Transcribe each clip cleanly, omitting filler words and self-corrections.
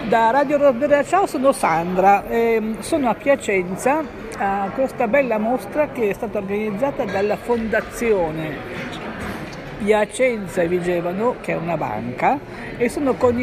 Da Radio Roseria, ciao, sono Sandra, sono a Piacenza a questa bella mostra che è stata organizzata dalla Fondazione Piacenza e Vigevano, che è una banca, e sono con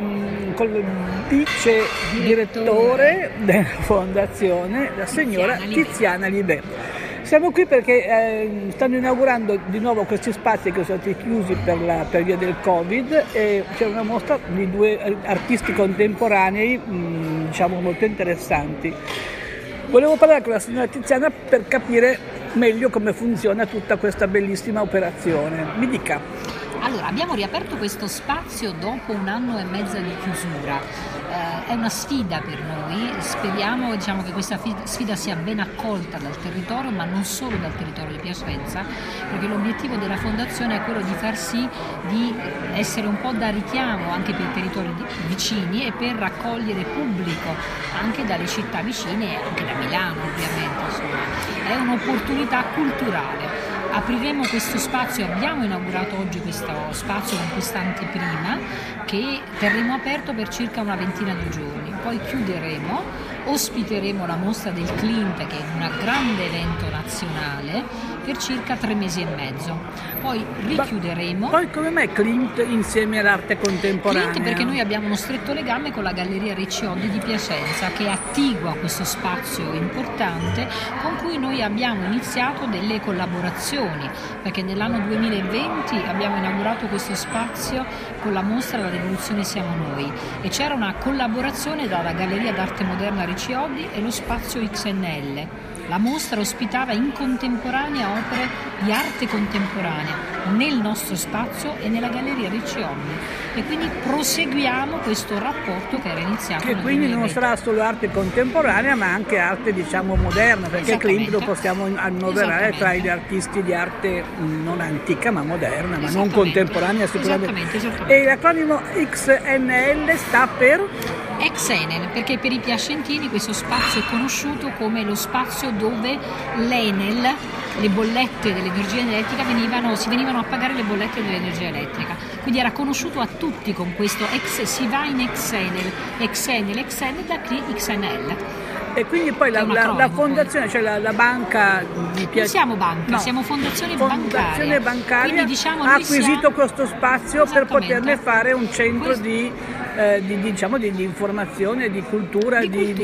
il vice direttore della Fondazione, la signora Tiziana Libè. Siamo qui perché stanno inaugurando di nuovo questi spazi che sono stati chiusi per via del Covid, e c'è una mostra di due artisti contemporanei diciamo molto interessanti. Volevo parlare con la signora Tiziana per capire meglio come funziona tutta questa bellissima operazione. Mi dica. Allora, abbiamo riaperto questo spazio dopo 1 anno e mezzo di chiusura. È una sfida per noi, speriamo che questa sfida sia ben accolta dal territorio, ma non solo dal territorio di Piacenza, perché l'obiettivo della Fondazione è quello di far sì di essere un po' da richiamo anche per i territori vicini e per raccogliere pubblico anche dalle città vicine e anche da Milano, ovviamente. Insomma, è un'opportunità culturale. Apriremo questo spazio, abbiamo inaugurato oggi questo spazio con questa anteprima che terremo aperto per circa una ventina di giorni, poi chiuderemo, ospiteremo la mostra del Clint, che è un grande evento nazionale, per circa 3 mesi e mezzo, poi richiuderemo. Poi come mai Clint insieme all'arte contemporanea? Clint perché noi abbiamo uno stretto legame con la Galleria Riccioldi di Piacenza, che attigua questo spazio importante con cui noi abbiamo iniziato delle collaborazioni, perché nell'anno 2020 abbiamo inaugurato questo spazio con la mostra La Rivoluzione siamo noi, e c'era una collaborazione dalla Galleria d'Arte Moderna Riccioldi e lo spazio XNL. La mostra ospitava in contemporanea opere di arte contemporanea nel nostro spazio e nella Galleria Riccioldi, e quindi proseguiamo questo rapporto che era iniziato che quindi 2020. non sarà solo arte contemporanea ma anche arte diciamo moderna, perché Clint lo possiamo annoverare tra gli artisti di arte non antica ma moderna, ma non contemporanea sicuramente. E l'acronimo XNL sta per? Ex-Enel, perché per i piacentini questo spazio è conosciuto come lo spazio dove l'Enel, le bollette dell'energia elettrica si venivano a pagare le bollette dell'energia elettrica, quindi era conosciuto a tutti con questo si va in Ex-Enel da qui XNL. E quindi poi la fondazione, cioè la banca di Piacenza. Non siamo banca, siamo fondazione bancaria. Quindi, diciamo, ha acquisito questo spazio per poterne fare un centro di informazione, di cultura,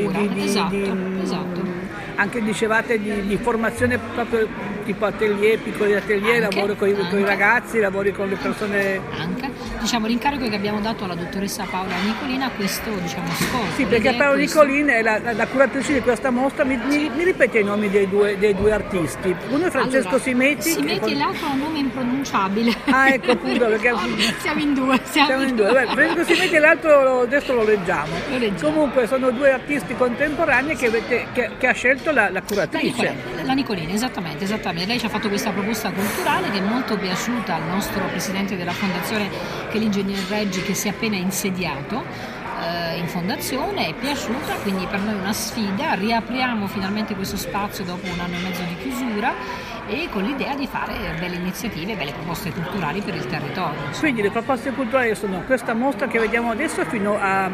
esatto. Anche dicevate di formazione proprio tipo atelier, piccoli atelier, lavoro con i ragazzi, lavori con le persone. Anche, l'incarico che abbiamo dato alla dottoressa Paola Nicolina a questo scopo. Sì, perché Paola Nicolina è la curatrice di questa mostra. Mi ripete i nomi dei due artisti? Uno è Francesco Simeti. Simeti e l'altro ha un nome impronunciabile. Ah, ecco appunto, perché siamo in due. Francesco Simeti e l'altro adesso lo leggiamo. Comunque sono due artisti contemporanei che ha scelto la curatrice. La Nicolina, esattamente. Lei ci ha fatto questa proposta culturale che è molto piaciuta al nostro presidente della fondazione, che è l'ingegner Reggi, che si è appena insediato in fondazione. È piaciuta, quindi per noi è una sfida. Riapriamo finalmente questo spazio dopo 1 anno e mezzo di chiusura, e con l'idea di fare belle iniziative, belle proposte culturali per il territorio. Quindi le proposte culturali sono questa mostra che vediamo adesso fino a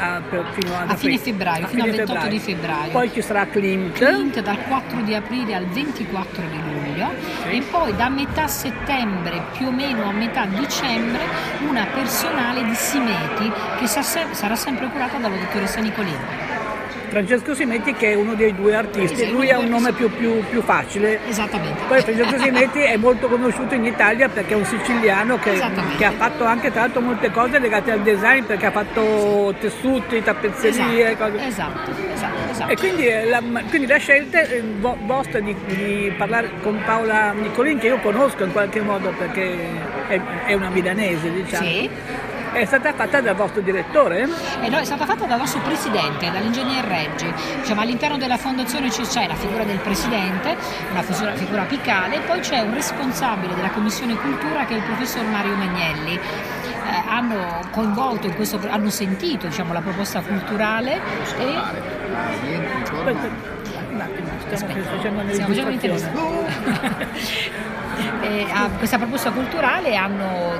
fine febbraio, fino al 28 di febbraio. Poi ci sarà Clint dal 4 di aprile al 24 di luglio, sì. E poi da metà settembre più o meno a metà dicembre una personale di Simeti che sarà sempre curata dalla dottoressa Nicolina. Francesco Simeti, che è uno dei due artisti, lui ha un nome più facile. Esattamente. Poi Francesco Simeti è molto conosciuto in Italia perché è un siciliano che ha fatto anche tra l'altro molte cose legate al design, perché ha fatto tessuti, tappezzerie, cose. Esatto. E quindi la scelta vostra di parlare con Paola Nicolin, che io conosco in qualche modo perché è una milanese, diciamo. Sì. È stata fatta dal vostro direttore? No, è stata fatta dal nostro presidente, dall'ingegner Reggi. All'interno della fondazione c'è la figura del presidente, una figura apicale, e poi c'è un responsabile della commissione cultura che è il professor Mario Magnelli. Hanno coinvolto in questo, hanno sentito la proposta culturale e stiamo facendo un'intervista. a questa proposta culturale, hanno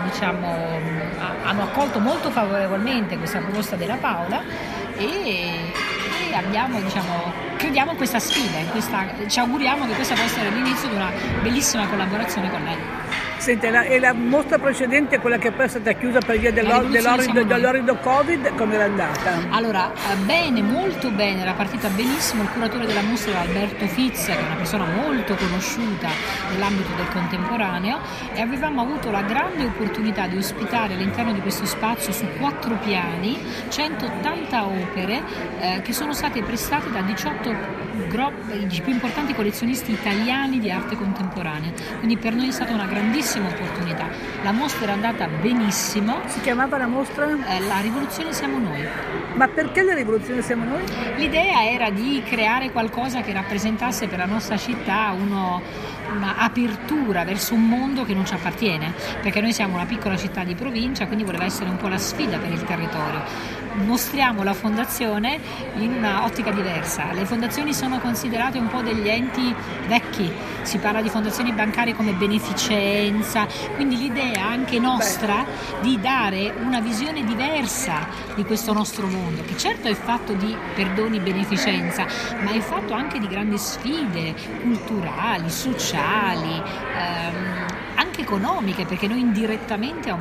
accolto molto favorevolmente questa proposta della Paola e abbiamo, crediamo in questa sfida, ci auguriamo che questa possa essere l'inizio di una bellissima collaborazione con lei. Senti, e la mostra precedente, quella che poi è stata chiusa per via dell'orido Covid, come era andata? Allora, bene, molto bene, era partita benissimo. Il curatore della mostra era Alberto Fitz, che è una persona molto conosciuta nell'ambito del contemporaneo, e avevamo avuto la grande opportunità di ospitare all'interno di questo spazio, su 4 piani, 180 opere che sono state prestate da 18 i più importanti collezionisti italiani di arte contemporanea, quindi per noi è stata una grandissima opportunità. La mostra era andata benissimo. Si chiamava la mostra? La rivoluzione siamo noi. Ma perché la rivoluzione siamo noi? L'idea era di creare qualcosa che rappresentasse per la nostra città una apertura verso un mondo che non ci appartiene, perché noi siamo una piccola città di provincia, quindi voleva essere un po' la sfida per il territorio. Mostriamo la fondazione in un'ottica diversa. Le fondazioni sono considerate un po' degli enti vecchi, si parla di fondazioni bancarie come beneficenza, quindi l'idea anche nostra di dare una visione diversa di questo nostro mondo, che certo è fatto di perdoni e beneficenza, ma è fatto anche di grandi sfide culturali, sociali, anche economiche, perché noi indirettamente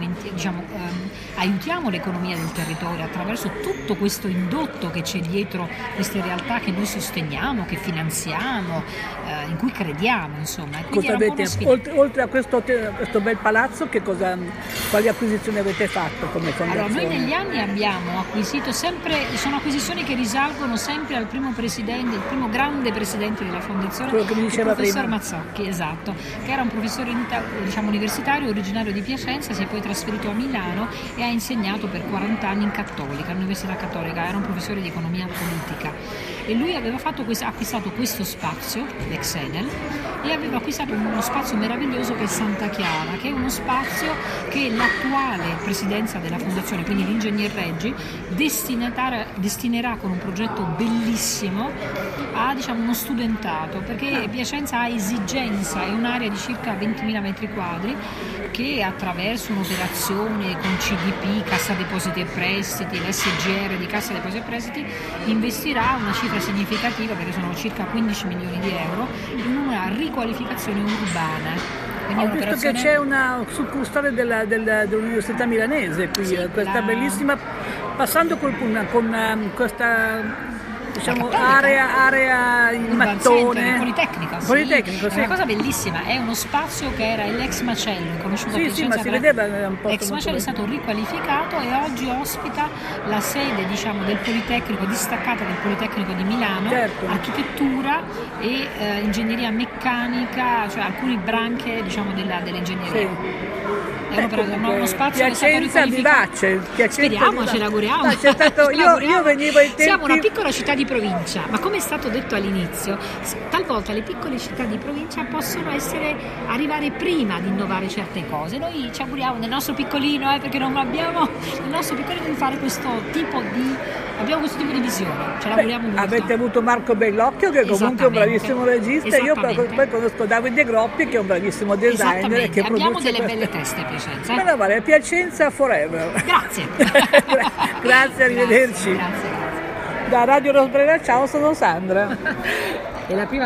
aiutiamo l'economia del territorio attraverso tutto questo indotto che c'è dietro queste realtà che noi sosteniamo, che finanziamo, in cui crediamo, insomma. Quindi cosa avete, oltre a questo bel palazzo, quali acquisizioni avete fatto come fondazione? Allora, noi negli anni abbiamo acquisito sono acquisizioni che risalgono sempre al primo grande presidente della fondazione, quello che mi diceva il professor prima. Mazzocchi, esatto, che era un professore universitario originario di Piacenza, si è poi trasferito a Milano e ha insegnato per 40 anni in Cattolica, all'Università Cattolica, era un professore di economia politica, e lui aveva acquistato questo spazio, l'ex Enel, e aveva acquistato uno spazio meraviglioso che è Santa Chiara, che è uno spazio che l'attuale presidenza della fondazione, quindi l'ingegner Reggi, destinerà con un progetto bellissimo a uno studentato, perché Piacenza ha esigenza, è un'area di circa 20.000 metri quadri che attraverso un'operazione con CDP, Cassa Depositi e Prestiti, l'SGR di Cassa Depositi e Prestiti, investirà una cifra significativa, perché sono circa 15 milioni di euro, in una riqualificazione urbana. Ho visto che c'è una succursale dell'Università Milanese qui, questa bellissima, passando con questa area in mattone, Politecnico, sì. È una cosa bellissima, è uno spazio che era l'ex macello, conosciuto a Piacenza. Sì, ma si vedeva un po'. L'ex macello è stato riqualificato e oggi ospita la sede del Politecnico, distaccata del Politecnico di Milano, certo. Architettura e ingegneria meccanica, cioè alcune branche dell'ingegneria. Sì. È uno spazio Piacenza vivace. Speriamo, ce l'auguriamo. Io venivo ai tempi. Siamo una piccola città di provincia, ma come è stato detto all'inizio, talvolta le piccole città di provincia possono arrivare prima di innovare certe cose. Noi ci auguriamo nel nostro piccolino, perché non abbiamo nel nostro piccolino, di fare questo tipo di visione. Ce l'auguriamo molto. Avete avuto Marco Bellocchio, che comunque è un bravissimo regista, io poi conosco Davide Groppi, che è un bravissimo designer, che abbiamo delle belle teste a Piacenza. Ma no, vale, Piacenza forever. Grazie. Grazie, arrivederci. Grazie. Da Radio Rosbrera, ciao, sono Sandra. E la prima